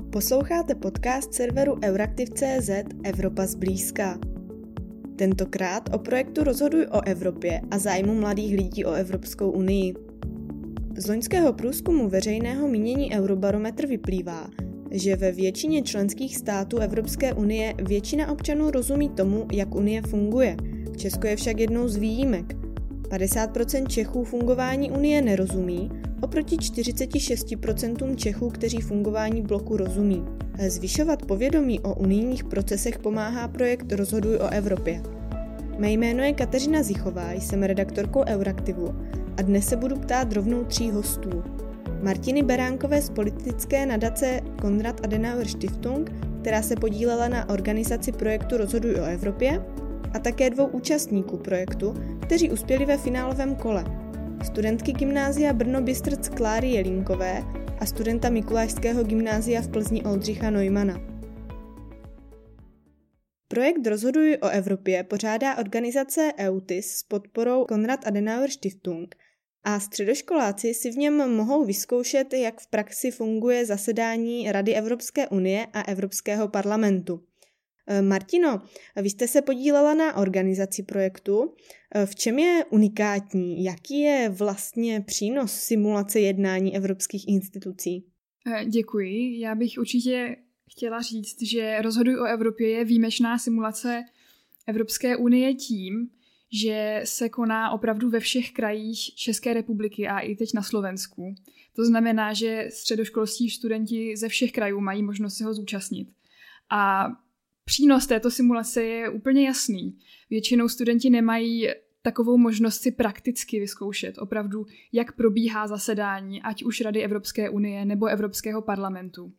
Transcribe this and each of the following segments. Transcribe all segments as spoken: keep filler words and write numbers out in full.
Posloucháte podcast serveru Euraktiv tečka cé zet Evropa zblízka. Tentokrát o projektu Rozhoduj o Evropě a zájmu mladých lidí o Evropskou unii. Z loňského průzkumu veřejného mínění Eurobarometr vyplývá, že ve většině členských států Evropské unie většina občanů rozumí tomu, jak unie funguje. Česko je však jednou z výjimek. padesát procent Čechů fungování unie nerozumí, oproti čtyřicet šest procent Čechů, kteří fungování bloku rozumí. Zvyšovat povědomí o unijních procesech pomáhá projekt Rozhoduj o Evropě. Mé jméno je Kateřina Zichová, jsem redaktorkou Euraktivu a dnes se budu ptát rovnou tří hostů. Martiny Beránkové z politické nadace Konrad Adenauer Stiftung, která se podílela na organizaci projektu Rozhoduj o Evropě, a také dvou účastníků projektu, kteří uspěli ve finálovém kole. Studentky gymnázia Brno-Bystrc Kláry Jelínkové a studenta Mikulášského gymnázia v Plzni Oldřicha Neumana. Projekt Rozhoduj o Evropě pořádá organizace EUTIS s podporou Konrad Adenauer Stiftung a středoškoláci si v něm mohou vyzkoušet, jak v praxi funguje zasedání Rady Evropské unie a Evropského parlamentu. Martino, vy jste se podílela na organizaci projektu. V čem je unikátní? Jaký je vlastně přínos simulace jednání evropských institucí? Děkuji. Já bych určitě chtěla říct, že Rozhoduj o Evropě je výjimečná simulace Evropské unie tím, že se koná opravdu ve všech krajích České republiky a i teď na Slovensku. To znamená, že středoškolští studenti ze všech krajů mají možnost se ho zúčastnit. A přínos této simulace je úplně jasný. Většinou studenti nemají takovou možnost si prakticky vyzkoušet opravdu, jak probíhá zasedání, ať už Rady Evropské unie nebo Evropského parlamentu.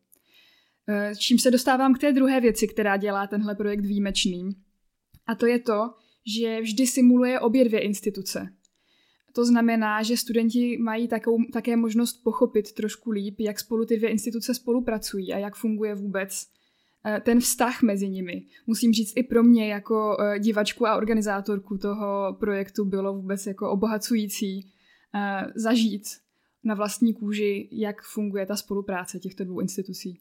Čím se dostávám k té druhé věci, která dělá tenhle projekt výjimečný. A to je to, že vždy simuluje obě dvě instituce. To znamená, že studenti mají takovou, také možnost pochopit trošku líp, jak spolu ty dvě instituce spolupracují a jak funguje vůbec ten vztah mezi nimi. Musím říct, i pro mě jako divačku a organizátorku toho projektu bylo vůbec jako obohacující zažít na vlastní kůži, jak funguje ta spolupráce těchto dvou institucí.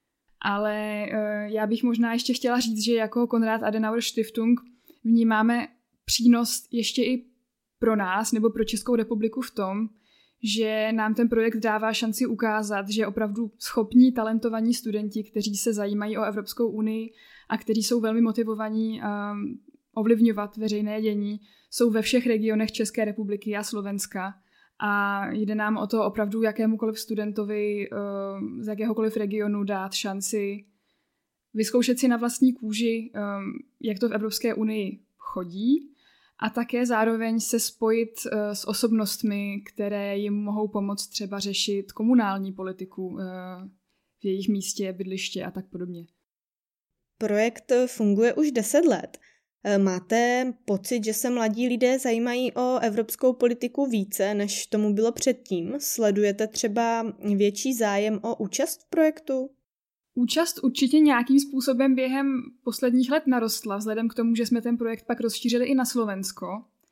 Ale já bych možná ještě chtěla říct, že jako Konrad Adenauer Stiftung vnímáme přínos ještě i pro nás nebo pro Českou republiku v tom, že nám ten projekt dává šanci ukázat, že opravdu schopní, talentovaní studenti, kteří se zajímají o Evropskou unii a kteří jsou velmi motivovaní um, ovlivňovat veřejné dění, jsou ve všech regionech České republiky a Slovenska. A jde nám o to opravdu jakémukoliv studentovi um, z jakéhokoliv regionu dát šanci vyzkoušet si na vlastní kůži, um, jak to v Evropské unii chodí, a také zároveň se spojit uh, s osobnostmi, které jim mohou pomoct třeba řešit komunální politiku uh, v jejich místě, bydliště a tak podobně. Projekt funguje už deset let. Máte pocit, že se mladí lidé zajímají o evropskou politiku více, než tomu bylo předtím? Sledujete třeba větší zájem o účast v projektu? Účast určitě nějakým způsobem během posledních let narostla, vzhledem k tomu, že jsme ten projekt pak rozšířili i na Slovensko.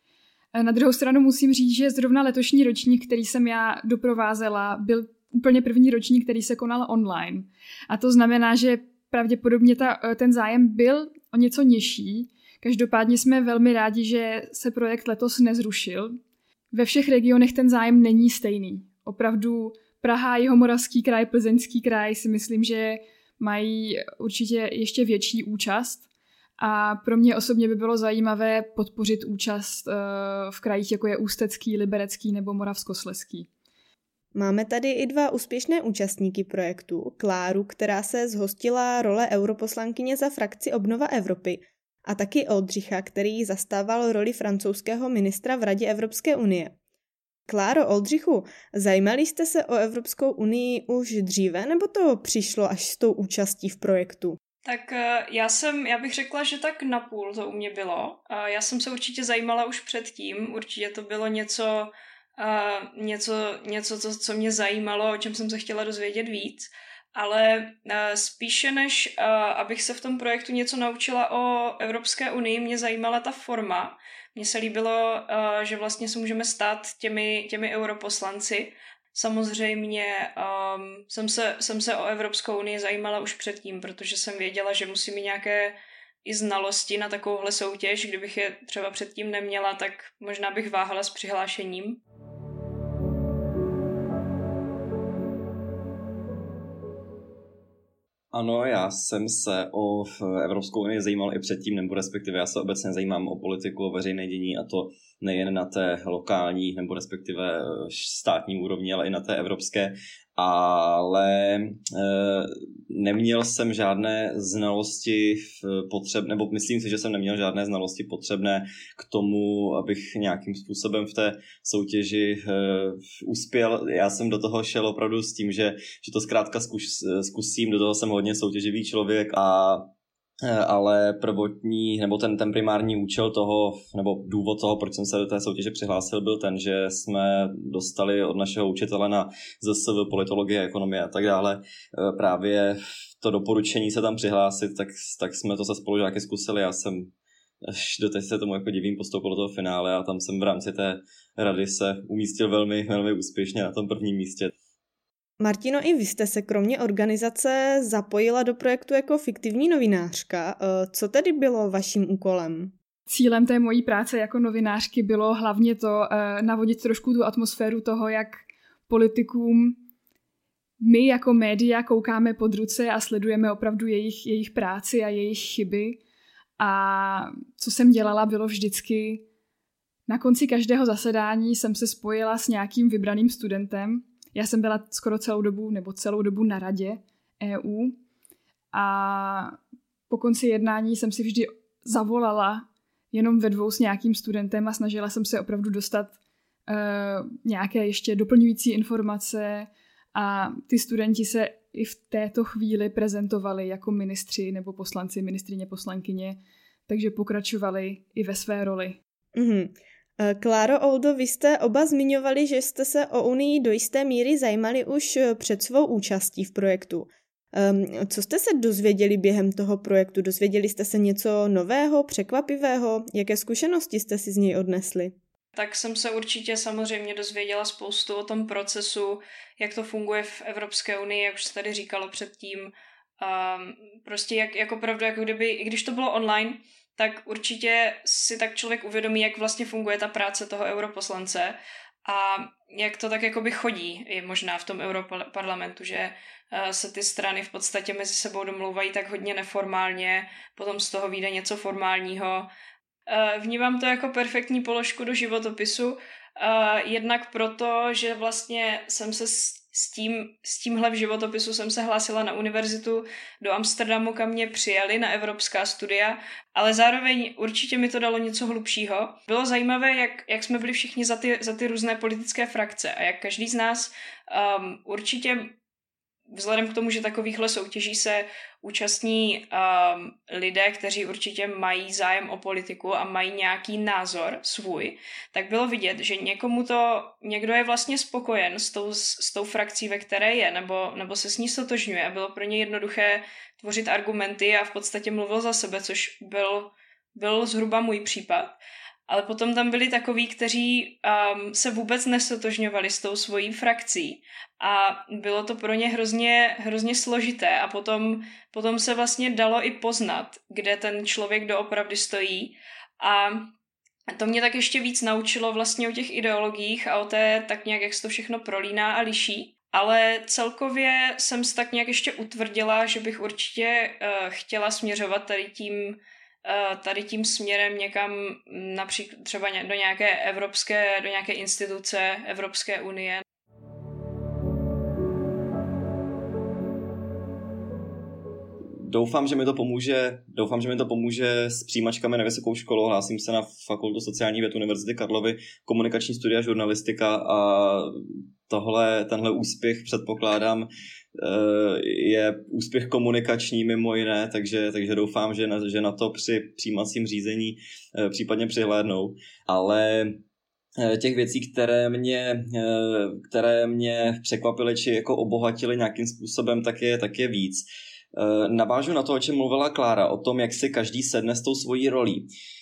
Na druhou stranu musím říct, že zrovna letošní ročník, který jsem já doprovázela, byl úplně první ročník, který se konal online. A to znamená, že pravděpodobně ta, ten zájem byl o něco nižší. Každopádně jsme velmi rádi, že se projekt letos nezrušil. Ve všech regionech ten zájem není stejný. Opravdu Praha, Jihomoravský kraj, Plzeňský kraj si myslím, že mají určitě ještě větší účast. A pro mě osobně by bylo zajímavé podpořit účast v krajích, jako je Ústecký, Liberecký nebo Moravskoslezský. Máme tady i dva úspěšné účastníky projektu. Kláru, která se zhostila role europoslankyně za frakci Obnova Evropy, a taky Oldřicha, který zastával roli francouzského ministra v Radě Evropské unie. Kláro, Oldřichu, zajímali jste se o Evropskou unii už dříve, nebo to přišlo až s tou účastí v projektu? Tak já jsem, já bych řekla, že tak napůl to u mě bylo. Já jsem se určitě zajímala už předtím, určitě to bylo něco, něco, něco co, co mě zajímalo, o čem jsem se chtěla dozvědět víc. Ale spíše než abych se v tom projektu něco naučila o Evropské unii, mě zajímala ta forma. Mně se líbilo, že vlastně se můžeme stát těmi, těmi europoslanci samozřejmě um, jsem, se, jsem se o Evropskou unii zajímala už předtím, protože jsem věděla, že musím mít nějaké i znalosti na takovouhle soutěž. Kdybych je třeba předtím neměla, tak možná bych váhala s přihlášením. Ano, já jsem se o Evropskou unii zajímal i předtím, nebo respektive já se obecně zajímám o politiku, o veřejné dění, a to nejen na té lokální nebo respektive státní úrovni, ale i na té evropské. Ale e, neměl jsem žádné znalosti potřebné, nebo myslím si, že jsem neměl žádné znalosti potřebné k tomu, abych nějakým způsobem v té soutěži e, uspěl. Já jsem do toho šel opravdu s tím, že, že to zkrátka zkus, zkusím, do toho jsem hodně soutěživý člověk, a ale prvotní, nebo ten, ten primární účel toho, nebo důvod toho, proč jsem se do té soutěže přihlásil, byl ten, že jsme dostali od našeho učitele na Z S V, politologie, ekonomie a tak dále právě to doporučení se tam přihlásit, tak, tak jsme to se spolužáky zkusili. Já jsem až doteď se tomu jako divím, postoupil do toho finále a tam jsem v rámci té rady se umístil velmi, velmi úspěšně na tom prvním místě. Martino, i vy jste se kromě organizace zapojila do projektu jako fiktivní novinářka. Co tedy bylo vaším úkolem? Cílem té mojí práce jako novinářky bylo hlavně to navodit trošku tu atmosféru toho, jak politikům my jako média koukáme pod ruce a sledujeme opravdu jejich, jejich práci a jejich chyby. A co jsem dělala, bylo vždycky na konci každého zasedání jsem se spojila s nějakým vybraným studentem. Já jsem byla skoro celou dobu, nebo celou dobu na radě E U a po konci jednání jsem si vždy zavolala jenom ve dvou s nějakým studentem a snažila jsem se opravdu dostat uh, nějaké ještě doplňující informace a ty studenti se i v této chvíli prezentovali jako ministři nebo poslanci, ministryně, poslankyně, takže pokračovali i ve své roli. Mm-hmm. Kláro, Oldo, vy jste oba zmiňovali, že jste se o Unii do jisté míry zajímali už před svou účastí v projektu. Co jste se dozvěděli během toho projektu? Dozvěděli jste se něco nového, překvapivého? Jaké zkušenosti jste si z něj odnesli? Tak jsem se určitě samozřejmě dozvěděla spoustu o tom procesu, jak to funguje v Evropské unii, jak už se tady říkalo předtím. Um, prostě jak, jak opravdu, jako kdyby, i když to bylo online, tak určitě si tak člověk uvědomí, jak vlastně funguje ta práce toho europoslance a jak to tak jakoby chodí i možná v tom europarlamentu, že se ty strany v podstatě mezi sebou domlouvají tak hodně neformálně, potom z toho vyjde něco formálního. Vnímám to jako perfektní položku do životopisu, jednak proto, že vlastně jsem se s tím, s tímhle v životopisu jsem se hlásila na univerzitu do Amsterdamu, kam mě přijali na evropská studia, ale zároveň určitě mi to dalo něco hlubšího. Bylo zajímavé, jak, jak jsme byli všichni za ty, za ty různé politické frakce a jak každý z nás um, určitě vzhledem k tomu, že takovýchhle soutěží se účastní um, lidé, kteří určitě mají zájem o politiku a mají nějaký názor svůj, tak bylo vidět, že někomu to, někdo je vlastně spokojen s tou, s tou frakcí, ve které je, nebo, nebo se s ní stotožňuje a bylo pro ně jednoduché tvořit argumenty a v podstatě mluvil za sebe, což byl, byl zhruba můj případ. Ale potom tam byli takoví, kteří um, se vůbec nestotožňovali s tou svojí frakcí a bylo to pro ně hrozně, hrozně složité a potom, potom se vlastně dalo i poznat, kde ten člověk doopravdy stojí a to mě tak ještě víc naučilo vlastně o těch ideologiích a o té tak nějak, jak se to všechno prolíná a liší. Ale celkově jsem se tak nějak ještě utvrdila, že bych určitě uh, chtěla směřovat tady tím tady tím směrem někam například třeba do nějaké evropské, do nějaké instituce Evropské unie. Doufám, že mi to pomůže, doufám, že mi to pomůže s přijímačkami na vysokou školu. Hlásím se na Fakultu sociálních věd Univerzity Karlovy, komunikační studia, žurnalistika a tohle, tenhle úspěch předpokládám je úspěch komunikační mimo jiné, takže, takže doufám, že na, že na to při přijímacím řízení případně přihlédnou. Ale těch věcí, které mě, které mě překvapily či jako obohatily nějakým způsobem, tak je, tak je víc. Navážu na to, o čem mluvila Klára, o tom, jak si každý sedne s tou svojí rolí.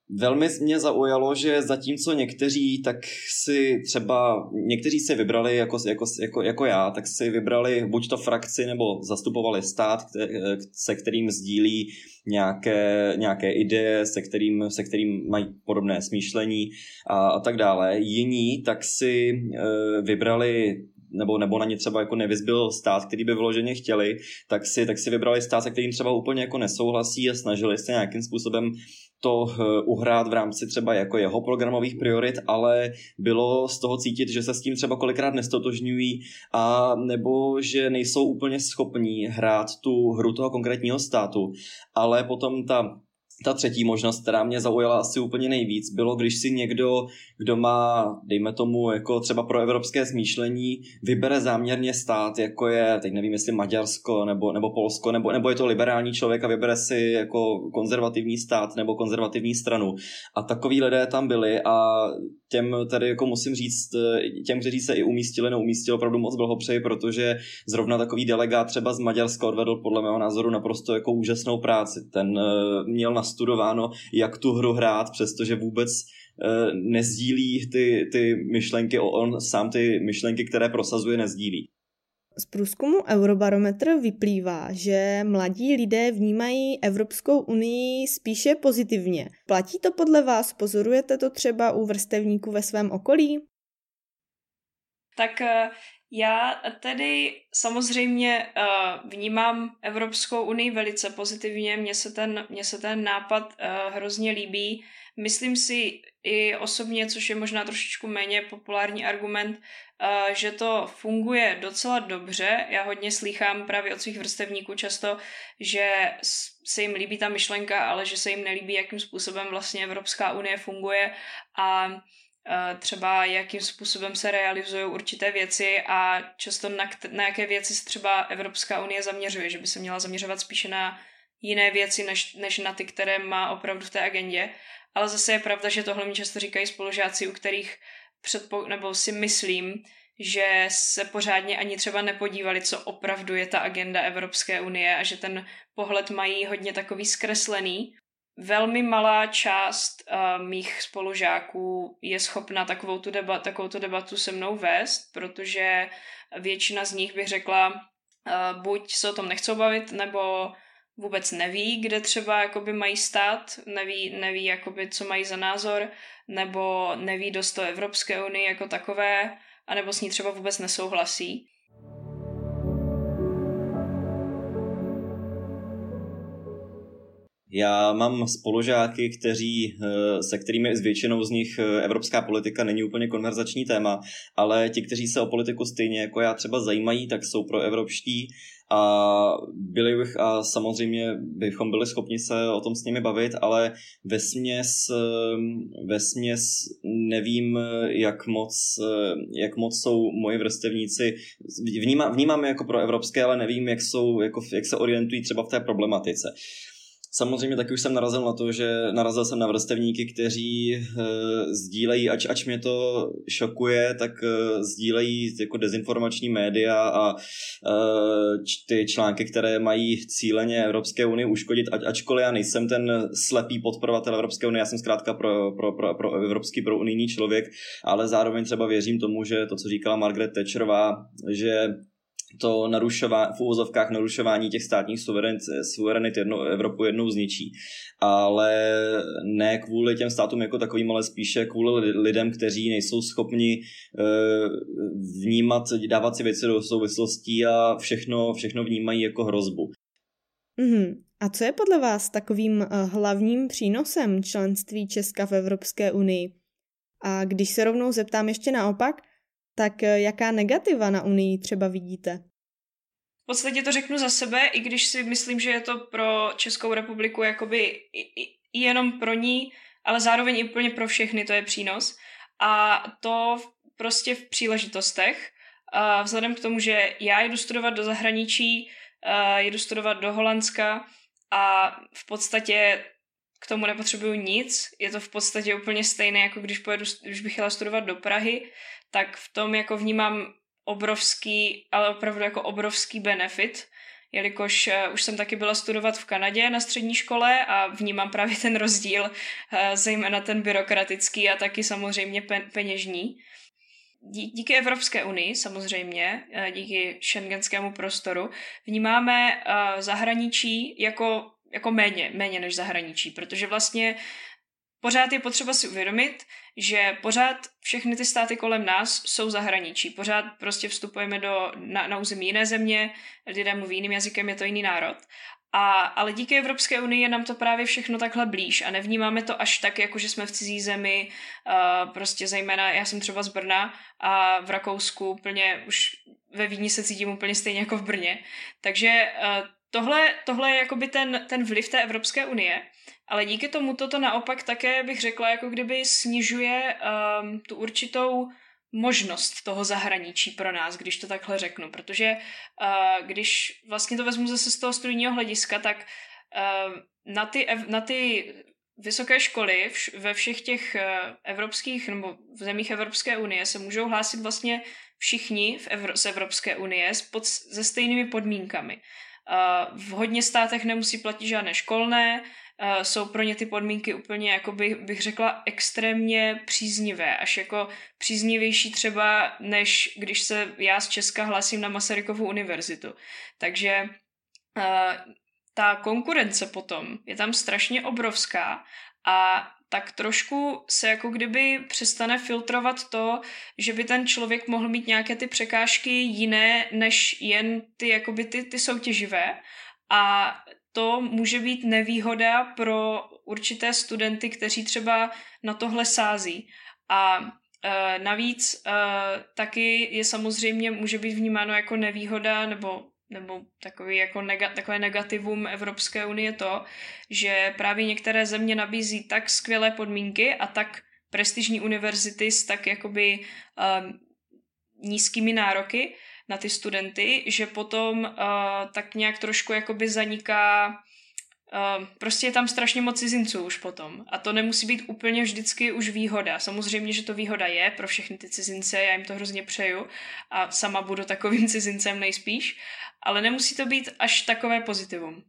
Velmi mě zaujalo, že zatímco někteří tak si třeba, někteří si vybrali jako, jako, jako, jako já, tak si vybrali buď to frakci nebo zastupovali stát, se kterým sdílí nějaké, nějaké ideje, se kterým, se kterým mají podobné smýšlení a, a tak dále. Jiní tak si e, vybrali nebo, nebo na ně třeba jako nevyzbyl stát, který by vyloženě chtěli, tak si, tak si vybrali stát, se kterým třeba úplně jako nesouhlasí a snažili se nějakým způsobem to uhrát v rámci třeba jako jeho programových priorit, ale bylo z toho cítit, že se s tím třeba kolikrát nestotožňují a nebo že nejsou úplně schopní hrát tu hru toho konkrétního státu, ale potom ta Ta třetí možnost, která mě zaujala asi úplně nejvíc, bylo, když si někdo, kdo má, dejme tomu, jako třeba pro evropské smýšlení, vybere záměrně stát, jako je, teď nevím, jestli Maďarsko nebo, nebo Polsko, nebo, nebo je to liberální člověk a vybere si jako konzervativní stát nebo konzervativní stranu. A takový lidé tam byli a těm tady jako musím říct, těm, kteří se i umístili, neumístili, opravdu moc blahopřeji, protože zrovna takový delegát třeba z Maďarska odvedl podle mého názoru naprosto jako úžasnou práci. Ten měl na studováno, jak tu hru hrát, přestože vůbec e, nezdílí ty, ty myšlenky, on sám ty myšlenky, které prosazuje, nezdílí. Z průzkumu Eurobarometr vyplývá, že mladí lidé vnímají Evropskou unii spíše pozitivně. Platí to podle vás? Pozorujete to třeba u vrstevníků ve svém okolí? Tak já tedy samozřejmě vnímám Evropskou unii velice pozitivně, mně se ten, mně se ten nápad hrozně líbí. Myslím si i osobně, což je možná trošičku méně populární argument, že to funguje docela dobře. Já hodně slýchám právě od svých vrstevníků často, že se jim líbí ta myšlenka, ale že se jim nelíbí, jakým způsobem vlastně Evropská unie funguje a třeba jakým způsobem se realizují určité věci a často na, na jaké věci se třeba Evropská unie zaměřuje, že by se měla zaměřovat spíše na jiné věci, než, než na ty, které má opravdu v té agendě. Ale zase je pravda, že tohle mi často říkají spolužáci, u kterých předpo, nebo si myslím, že se pořádně ani třeba nepodívali, co opravdu je ta agenda Evropské unie a že ten pohled mají hodně takový zkreslený. Velmi malá část uh, mých spolužáků je schopna takovou tu, deba- takovou tu debatu se mnou vést, protože většina z nich bych řekla, uh, buď se o tom nechcou bavit, nebo vůbec neví, kde třeba jakoby mají stát, neví, neví jakoby, co mají za názor, nebo neví dost o Evropské unii jako takové, anebo s ní třeba vůbec nesouhlasí. Já mám spolužáky, kteří, se kterými s většinou z nich evropská politika není úplně konverzační téma, ale ti, kteří se o politiku stejně jako já třeba zajímají, tak jsou proevropští a byli bych a samozřejmě bychom byli schopni se o tom s nimi bavit, ale vesměs, vesměs nevím, jak moc, jak moc jsou moji vrstevníci. Vnímám, vnímám je jako proevropské, ale nevím, jak, jsou, jako, jak se orientují třeba v té problematice. Samozřejmě taky už jsem narazil na to, že narazil jsem na vrstevníky, kteří e, sdílejí, ač, ač mě to šokuje, tak e, sdílejí jako dezinformační média a e, ty články, které mají cíleně Evropské unii uškodit, ať, ačkoliv já nejsem ten slepý podporovatel Evropské unie, já jsem zkrátka pro, pro, pro, pro evropský, pro unijní člověk, ale zároveň třeba věřím tomu, že to, co říkala Margaret Thatcherová, že to narušování, v úvozovkách narušování těch státních suverenit, suverenit jedno, Evropu jednou zničí. Ale ne kvůli těm státům jako takovým, ale spíše kvůli lidem, kteří nejsou schopni e, vnímat, dávat si věci do souvislostí a všechno, všechno vnímají jako hrozbu. Mm-hmm. A co je podle vás takovým hlavním přínosem členství Česka v Evropské unii? A když se rovnou zeptám ještě naopak, tak jaká negativa na Unii třeba vidíte? V podstatě to řeknu za sebe, i když si myslím, že je to pro Českou republiku jakoby i, i, i jenom pro ní, ale zároveň i úplně pro všechny to je přínos. A to prostě v příležitostech. A vzhledem k tomu, že já jdu studovat do zahraničí, jdu studovat do Holandska a v podstatě k tomu nepotřebuju nic. Je to v podstatě úplně stejné, jako když, pojedu, když bych chtěla studovat do Prahy, tak v tom jako vnímám obrovský, ale opravdu jako obrovský benefit, jelikož už jsem taky byla studovat v Kanadě na střední škole a vnímám právě ten rozdíl, zejména ten byrokratický a taky samozřejmě peněžní. Díky Evropské unii samozřejmě, díky schengenskému prostoru, vnímáme zahraničí jako, jako méně, méně než zahraničí, protože vlastně pořád je potřeba si uvědomit, že pořád všechny ty státy kolem nás jsou zahraničí. Pořád prostě vstupujeme do, na, na území jiné země, lidé mluví jiným jazykem, je to jiný národ. A, ale díky Evropské unii je nám to právě všechno takhle blíž a nevnímáme to až tak, jako že jsme v cizí zemi, uh, prostě zejména, já jsem třeba z Brna a v Rakousku úplně už ve Vídni se cítím úplně stejně jako v Brně. Takže uh, tohle, tohle je jakoby ten, ten vliv té Evropské unie, ale díky tomu toto naopak také bych řekla, jako kdyby snižuje um, tu určitou možnost toho zahraničí pro nás, když to takhle řeknu, protože uh, když vlastně to vezmu zase z toho studijního hlediska, tak uh, na, ty, na ty vysoké školy vš- ve všech těch uh, evropských nebo v zemích Evropské unie se můžou hlásit vlastně všichni v Evro- z Evropské unie pod, se stejnými podmínkami. Uh, v hodně státech nemusí platit žádné školné, Uh, jsou pro ně ty podmínky úplně, jako bych, bych řekla, extrémně příznivé, až jako příznivější třeba, než když se já z Česka hlásím na Masarykovu univerzitu. Takže uh, ta konkurence potom je tam strašně obrovská a tak trošku se jako kdyby přestane filtrovat to, že by ten člověk mohl mít nějaké ty překážky jiné, než jen ty, jakoby ty, ty soutěživé. A to může být nevýhoda pro určité studenty, kteří třeba na tohle sází. A e, navíc e, taky je samozřejmě, může být vnímáno jako nevýhoda nebo, nebo takový jako nega, takové negativum Evropské unie to, že právě některé země nabízí tak skvělé podmínky a tak prestižní univerzity s tak jakoby e, nízkými nároky na ty studenty, že potom uh, tak nějak trošku jakoby zaniká, uh, prostě je tam strašně moc cizinců už potom. A to nemusí být úplně vždycky už výhoda. Samozřejmě, že to výhoda je pro všechny ty cizince, já jim to hrozně přeju a sama budu takovým cizincem nejspíš, ale nemusí to být až takové pozitivum.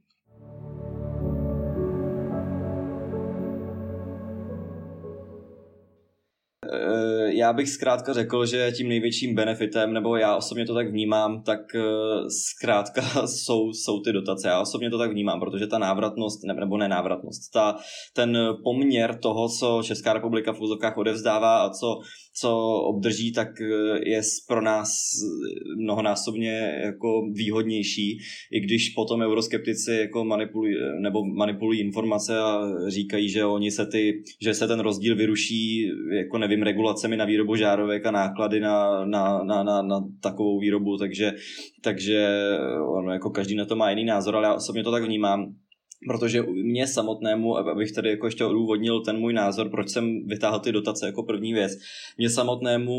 Já bych zkrátka řekl, že tím největším benefitem, nebo já osobně to tak vnímám, tak zkrátka jsou, jsou ty dotace. Já osobně to tak vnímám, protože ta návratnost, nebo nenávratnost, ta, ten poměr toho, co Česká republika v úzovkách odevzdává a co, co obdrží, tak je pro nás mnohonásobně jako výhodnější, i když potom euroskeptici jako manipulují, nebo manipulují informace a říkají, že oni se ty, že se ten rozdíl vyruší, jako nevím, regulacemi na výrobu žárovek a náklady na, na, na, na, na takovou výrobu, takže, takže ono, jako každý na to má jiný názor, ale já osobně to tak vnímám, protože mě samotnému, abych tady jako ještě odůvodnil ten můj názor, proč jsem vytáhl ty dotace jako první věc, mě samotnému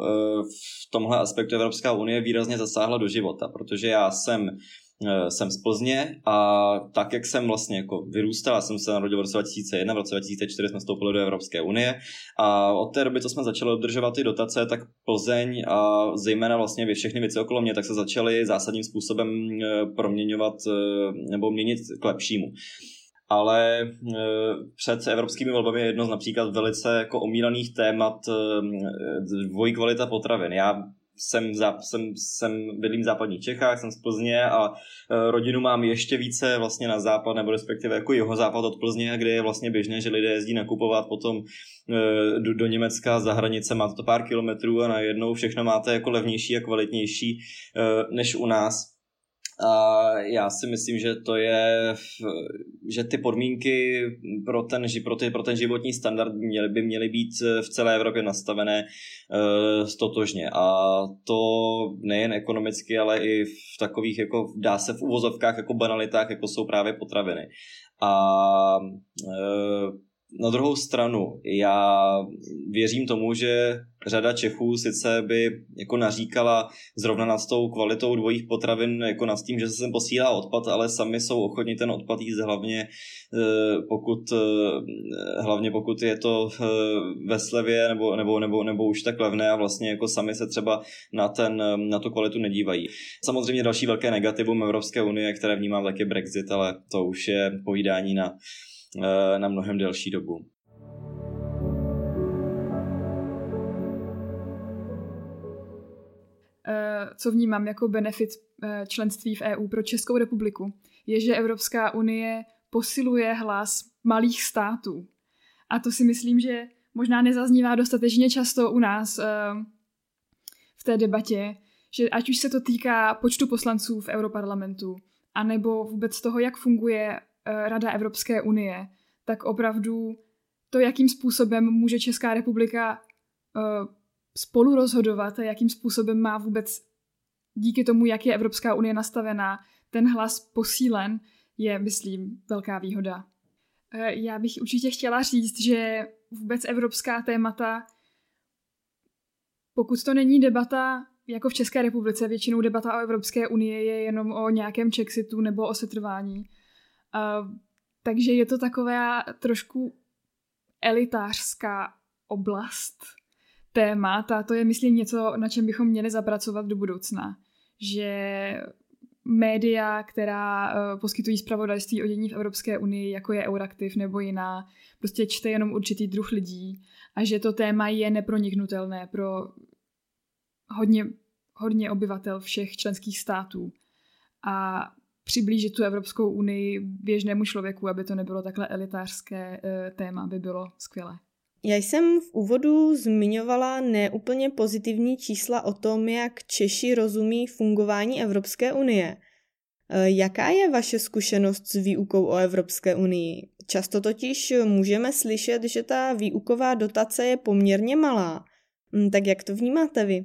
v tomhle aspektu Evropská unie výrazně zasáhla do života, protože já jsem jsem z Plzně a tak, jak jsem vlastně jako vyrůstal, já jsem se narodil v roce dva tisíce jedna, v roce dva tisíce čtyři jsme vstoupili do Evropské unie a od té doby, co jsme začali obdržovat ty dotace, tak Plzeň a zejména vlastně všechny věci okolo mě, tak se začaly zásadním způsobem proměňovat nebo měnit k lepšímu. Ale před evropskými volbami je jedno z například velice jako omílaných témat dvojí kvalita potravin. Já Jsem, jsem, jsem bydlím v západních Čechách, jsem z Plzně a rodinu mám ještě více vlastně na západ, nebo respektive jako jihozápad od Plzně, kde je vlastně běžné, že lidé jezdí nakupovat potom do, do Německa za hranice, máte to pár kilometrů a najednou všechno máte jako levnější a kvalitnější než u nás. A já si myslím, že to je, že ty podmínky pro ten, pro ty, pro ten životní standard měly, by měly být v celé Evropě nastavené uh, stotožně. A to nejen ekonomicky, ale i v takových, jako dá se v uvozovkách, jako banalitách, jako jsou právě potraviny. A uh, na druhou stranu, já věřím tomu, že řada Čechů sice by jako naříkala zrovna nad tou kvalitou dvojích potravin, jako nad tím, že se sem posílá odpad, ale sami jsou ochotni ten odpad jíst hlavně pokud, hlavně pokud je to ve slevě nebo, nebo, nebo, nebo už tak levné a vlastně jako sami se třeba na, ten, na tu kvalitu nedívají. Samozřejmě další velké negativum Evropské unie, které vnímám, tak je Brexit, ale to už je povídání na, na mnohem delší dobu. Co vnímám jako benefit členství v E U pro Českou republiku, je, že Evropská unie posiluje hlas malých států. A to si myslím, že možná nezaznívá dostatečně často u nás v té debatě, že ať už se to týká počtu poslanců v Europarlamentu, anebo vůbec toho, jak funguje Rada Evropské unie, tak opravdu to, jakým způsobem může Česká republika spolu rozhodovat a jakým způsobem má vůbec díky tomu, jak je Evropská unie nastavená, ten hlas posílen, je, myslím, velká výhoda. Já bych určitě chtěla říct, že vůbec evropská témata, pokud to není debata jako v České republice, většinou debata o Evropské unii je jenom o nějakém Chexitu nebo o setrvání. Takže je to taková trošku elitářská oblast témat a to je, myslím, něco, na čem bychom měli zapracovat do budoucna. Že média, která uh, poskytují zpravodajství o dění v Evropské unii, jako je Euraktiv nebo jiná, prostě čte jenom určitý druh lidí a že to téma je neproniknutelné pro hodně, hodně obyvatel všech členských států. A přiblížit tu Evropskou unii běžnému člověku, aby to nebylo takhle elitářské uh, téma, by bylo skvělé. Já jsem v úvodu zmiňovala neúplně pozitivní čísla o tom, jak Češi rozumí fungování Evropské unie. Jaká je vaše zkušenost s výukou o Evropské unii? Často totiž můžeme slyšet, že ta výuková dotace je poměrně malá. Tak jak to vnímáte vy?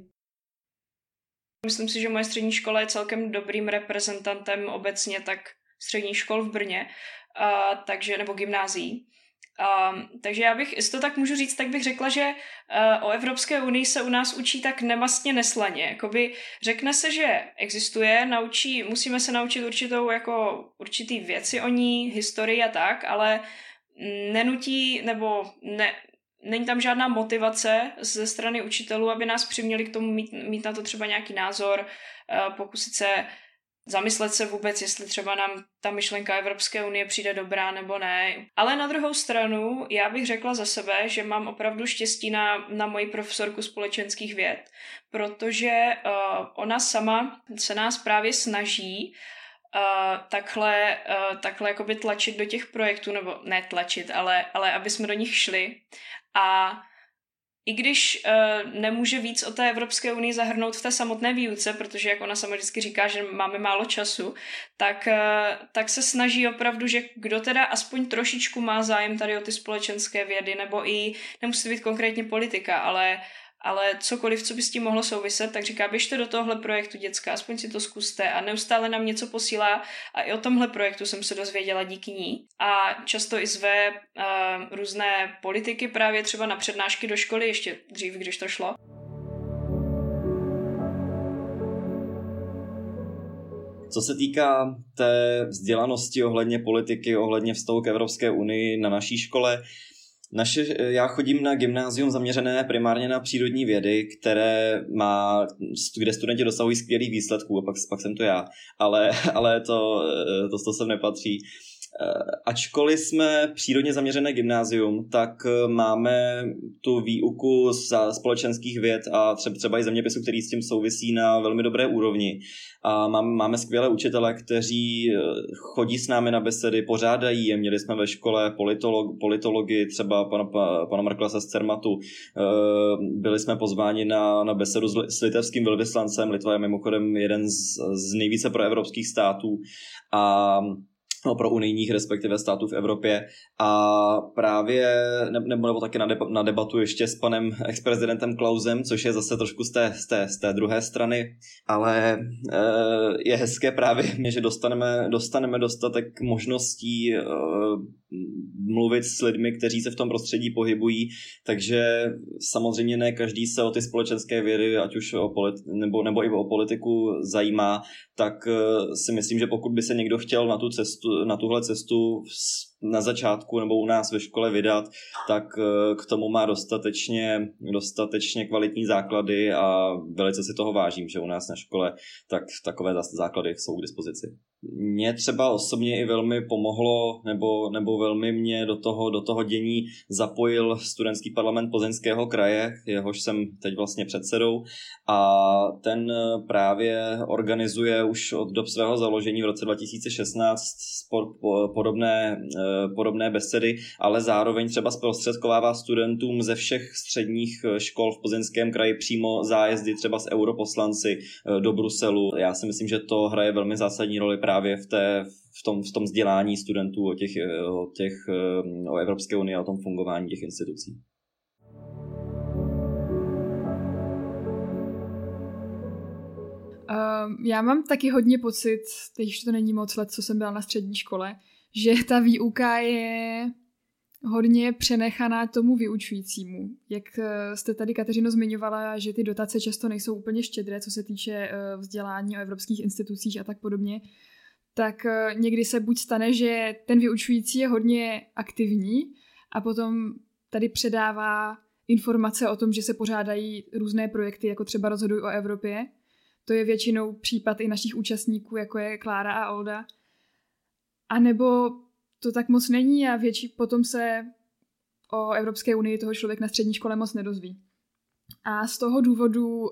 Myslím si, že moje střední škola je celkem dobrým reprezentantem obecně tak středních škol v Brně, a, takže, nebo gymnázií. Um, takže já bych, jestli to tak můžu říct, tak bych řekla, že uh, o Evropské unii se u nás učí tak nemastně neslaně. Jakoby řekne se, že existuje, naučí, musíme se naučit určitou, jako určitý věci o ní, historii a tak, ale nenutí, nebo ne, není tam žádná motivace ze strany učitelů, aby nás přiměli k tomu mít, mít na to třeba nějaký názor, uh, pokusit se zamyslet se vůbec, jestli třeba nám ta myšlenka Evropské unie přijde dobrá nebo ne. Ale na druhou stranu, já bych řekla za sebe, že mám opravdu štěstí na, na moji profesorku společenských věd, protože uh, ona sama se nás právě snaží uh, takhle, uh, takhle jakoby tlačit do těch projektů, nebo ne tlačit, ale, ale aby jsme do nich šli. A i když uh, nemůže víc o té Evropské unii zahrnout v té samotné výuce, protože jak ona sama vždycky říká, že máme málo času, tak, uh, tak se snaží opravdu, že kdo teda aspoň trošičku má zájem tady o ty společenské vědy, nebo i nemusí být konkrétně politika, ale, ale cokoliv, co by s tím mohlo souviset, tak říká, běžte do tohle projektu, děcka, aspoň si to zkuste a neustále nám něco posílá a i o tomhle projektu jsem se dozvěděla díky ní a často i zve uh, různé politiky právě třeba na přednášky do školy, ještě dřív, když to šlo. Co se týká té vzdělanosti ohledně politiky, ohledně vztahu k Evropské unii na naší škole, Naše, já chodím na gymnázium zaměřené primárně na přírodní vědy, které má, kde studenti dosahují skvělých výsledků, a pak, pak jsem to já, ale, ale to, to, to sem nepatří. Ačkoliv jsme přírodně zaměřené gymnázium, tak máme tu výuku z společenských věd a třeba, třeba i zeměpisu, který s tím souvisí, na velmi dobré úrovni. A máme skvělé učitele, kteří chodí s námi na besedy, pořádají je. Měli jsme ve škole politolog, politologii, třeba pana, pana Marklase z Cermatu. Byli jsme pozváni na, na besedu s, s litevským velvyslancem. Litva je mimochodem jeden z, z nejvíce proevropských států. A no, pro unijních respektive států v Evropě a právě, nebo, nebo taky na debatu ještě s panem ex-prezidentem Klausem, což je zase trošku z té, z té, z té druhé strany, ale je hezké právě, že dostaneme, dostaneme dostatek možností mluvit s lidmi, kteří se v tom prostředí pohybují, takže samozřejmě ne každý se o ty společenské vědy, ať už o politi- nebo, nebo i o politiku zajímá, tak si myslím, že pokud by se někdo chtěl na tu cestu, na tuhle cestu na začátku nebo u nás ve škole vydat, tak k tomu má dostatečně, dostatečně kvalitní základy a velice si toho vážím, že u nás na škole tak takové základy jsou k dispozici. Mně třeba osobně i velmi pomohlo, nebo, nebo velmi mě do toho, do toho dění zapojil studentský parlament Plzeňského kraje, jehož jsem teď vlastně předsedou, a ten právě organizuje už od dob svého založení v roce dva tisíce šestnáct podobné, podobné besedy, ale zároveň třeba zprostředkovává studentům ze všech středních škol v Plzeňském kraji přímo zájezdy třeba s europoslanci do Bruselu. Já si myslím, že to hraje velmi zásadní roli právě v, té, v, tom, v tom vzdělání studentů o, těch, o, těch, o Evropské unii a o tom fungování těch institucí. Uh, já mám taky hodně pocit, teď už to není moc let, co jsem byla na střední škole, že ta výuka je hodně přenechaná tomu vyučujícímu. Jak jste tady, Kateřino, zmiňovala, že ty dotace často nejsou úplně štědré, co se týče vzdělání o evropských institucích a tak podobně, tak někdy se buď stane, že ten vyučující je hodně aktivní a potom tady předává informace o tom, že se pořádají různé projekty, jako třeba Rozhoduj o Evropě. To je většinou případ i našich účastníků, jako je Klára a Olda. A nebo to tak moc není a větší potom se o Evropské unii toho člověk na střední škole moc nedozví. A z toho důvodu uh,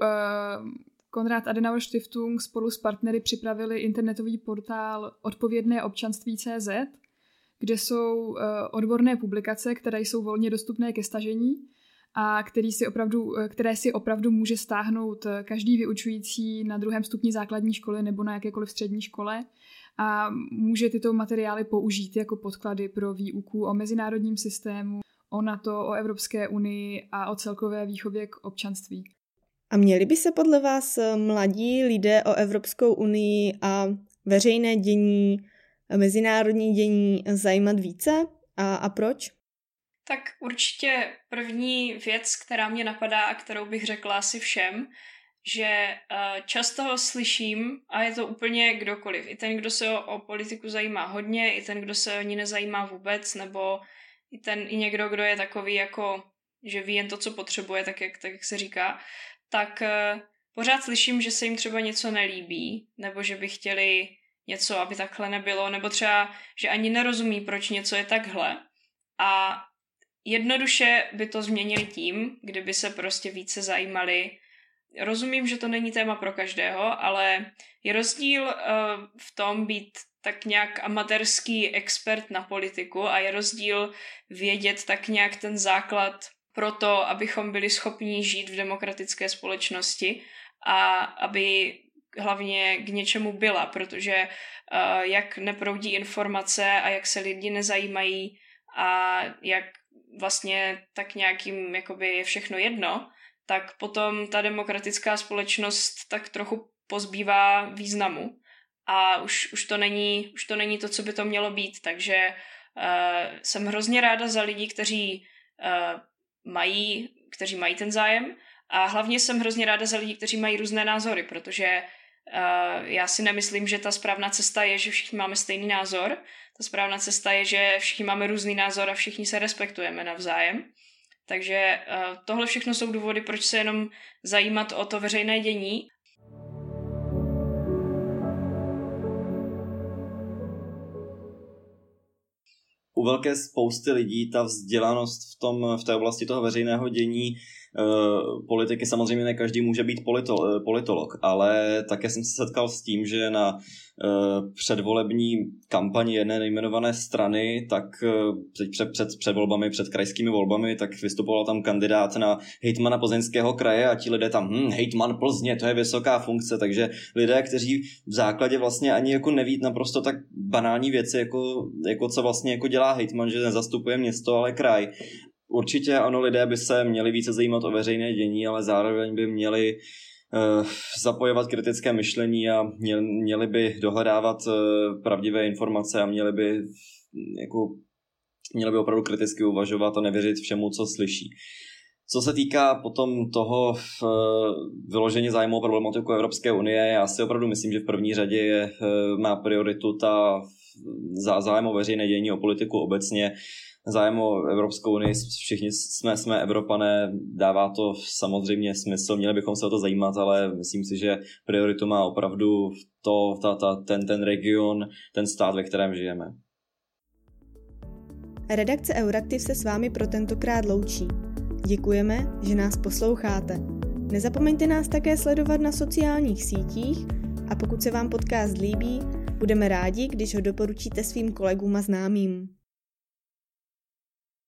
Konrad Adenauer Stiftung spolu s partnery připravili internetový portál Odpovědné občanství tečka cé zet, kde jsou uh, odborné publikace, které jsou volně dostupné ke stažení a který si opravdu, které si opravdu může stáhnout každý vyučující na druhém stupni základní školy nebo na jakékoliv střední škole a může tyto materiály použít jako podklady pro výuku o mezinárodním systému, o NATO, o Evropské unii a o celkové výchově k občanství. A měli by se podle vás mladí lidé o Evropskou unii a veřejné dění, mezinárodní dění zajímat více? A, a proč? Tak určitě první věc, která mě napadá a kterou bych řekla asi všem, že často slyším, a je to úplně kdokoliv, i ten, kdo se o, o politiku zajímá hodně, i ten, kdo se o ní nezajímá vůbec, nebo i ten, i někdo, kdo je takový jako, že ví jen to, co potřebuje, tak jak, tak jak se říká, tak pořád slyším, že se jim třeba něco nelíbí, nebo že by chtěli něco, aby takhle nebylo, nebo třeba, že ani nerozumí, proč něco je takhle. A jednoduše by to změnili tím, kdyby se prostě více zajímali. Rozumím, že to není téma pro každého, ale je rozdíl uh, v tom být tak nějak amatérský expert na politiku a je rozdíl vědět tak nějak ten základ pro to, abychom byli schopni žít v demokratické společnosti a aby hlavně k něčemu byla, protože uh, jak neproudí informace a jak se lidi nezajímají a jak vlastně tak nějakým jakoby je všechno jedno, tak potom ta demokratická společnost tak trochu pozbývá významu a už, už, to, není, už to není to, co by to mělo být, takže uh, jsem hrozně ráda za lidi, kteří uh, mají, kteří mají ten zájem a hlavně jsem hrozně ráda za lidi, kteří mají různé názory, protože uh, já si nemyslím, že ta správná cesta je, že všichni máme stejný názor. Ta správná cesta je, že všichni máme různý názor a všichni se respektujeme navzájem. Takže uh, tohle všechno jsou důvody, proč se jenom zajímat o to veřejné dění. u velké spousty lidí ta vzdělanost v, tom, v té oblasti toho veřejného dění Uh, politiky, samozřejmě ne každý může být polito, uh, politolog, ale také jsem se setkal s tím, že na uh, předvolební kampani jedné nejmenované strany, tak uh, teď před, před, před volbami, před krajskými volbami, tak vystupoval tam kandidát na hejtmana Plzeňského kraje a ti lidé tam, hm, hejtman Plzně, to je vysoká funkce, takže lidé, kteří v základě vlastně ani jako neví naprosto tak banální věci, jako, jako co vlastně jako dělá hejtman, že nezastupuje město, ale kraj. Určitě ano, lidé by se měli více zajímat o veřejné dění, ale zároveň by měli uh, zapojovat kritické myšlení a měli, měli by dohledávat uh, pravdivé informace a měli by, jako, měli by opravdu kriticky uvažovat a nevěřit všemu, co slyší. Co se týká potom toho uh, vyložení zájmu o problematiku Evropské unie, já si opravdu myslím, že v první řadě je, uh, má prioritu ta zájem o veřejné dění, o politiku obecně. Zájem o Evropskou unii, všichni jsme, jsme Evropané, dává to samozřejmě smysl, měli bychom se o to zajímat, ale myslím si, že prioritu má opravdu to, ta, ta, ten, ten region, ten stát, ve kterém žijeme. Redakce Euraktiv se s vámi pro tentokrát loučí. Děkujeme, že nás posloucháte. Nezapomeňte nás také sledovat na sociálních sítích a pokud se vám podcast líbí, budeme rádi, když ho doporučíte svým kolegům a známým.